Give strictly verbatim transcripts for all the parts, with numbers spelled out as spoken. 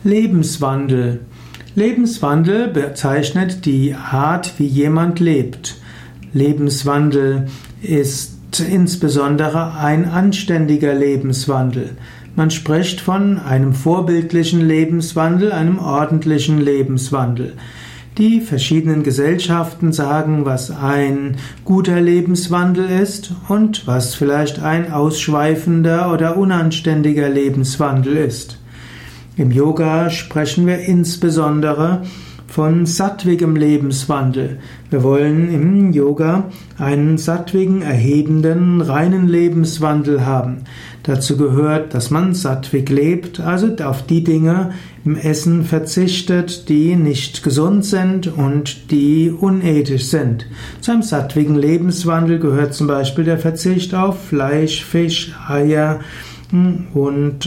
Lebenswandel. Lebenswandel bezeichnet die Art, wie jemand lebt. Lebenswandel ist insbesondere ein anständiger Lebenswandel. Man spricht von einem vorbildlichen Lebenswandel, einem ordentlichen Lebenswandel. Die verschiedenen Gesellschaften sagen, was ein guter Lebenswandel ist und was vielleicht ein ausschweifender oder unanständiger Lebenswandel ist. Im Yoga sprechen wir insbesondere von sattwigem Lebenswandel. Wir wollen im Yoga einen sattwigen, erhebenden, reinen Lebenswandel haben. Dazu gehört, dass man sattwig lebt, also auf die Dinge im Essen verzichtet, die nicht gesund sind und die unethisch sind. Zu einem sattwigen Lebenswandel gehört zum Beispiel der Verzicht auf Fleisch, Fisch, Eier und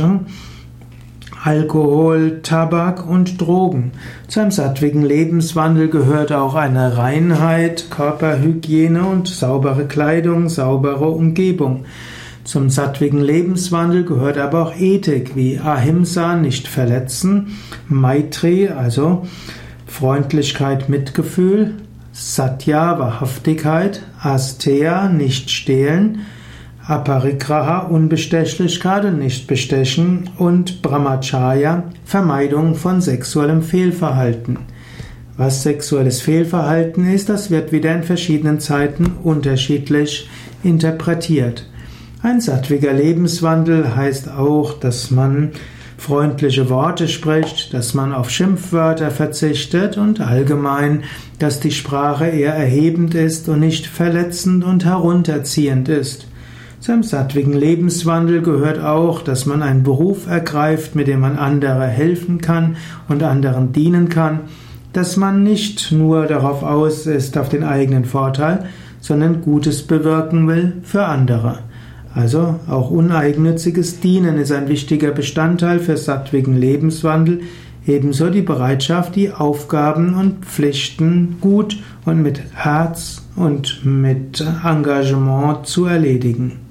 Alkohol, Tabak und Drogen. Zu einem sattwigen Lebenswandel gehört auch eine Reinheit, Körperhygiene und saubere Kleidung, saubere Umgebung. Zum sattwigen Lebenswandel gehört aber auch Ethik wie Ahimsa, nicht verletzen, Maitri, also Freundlichkeit, Mitgefühl, Satya, Wahrhaftigkeit, Asteya, nicht stehlen, Aparigraha, Unbestechlichkeit und nicht bestechen und Brahmacharya, Vermeidung von sexuellem Fehlverhalten. Was sexuelles Fehlverhalten ist, das wird wieder in verschiedenen Zeiten unterschiedlich interpretiert. Ein sattwiger Lebenswandel heißt auch, dass man freundliche Worte spricht, dass man auf Schimpfwörter verzichtet und allgemein, dass die Sprache eher erhebend ist und nicht verletzend und herunterziehend ist. Zu einem sattwigen Lebenswandel gehört auch, dass man einen Beruf ergreift, mit dem man andere helfen kann und anderen dienen kann, dass man nicht nur darauf aus ist, auf den eigenen Vorteil, sondern Gutes bewirken will für andere. Also auch uneigennütziges Dienen ist ein wichtiger Bestandteil für sattwigen Lebenswandel, ebenso die Bereitschaft, die Aufgaben und Pflichten gut und mit Herz und mit Engagement zu erledigen.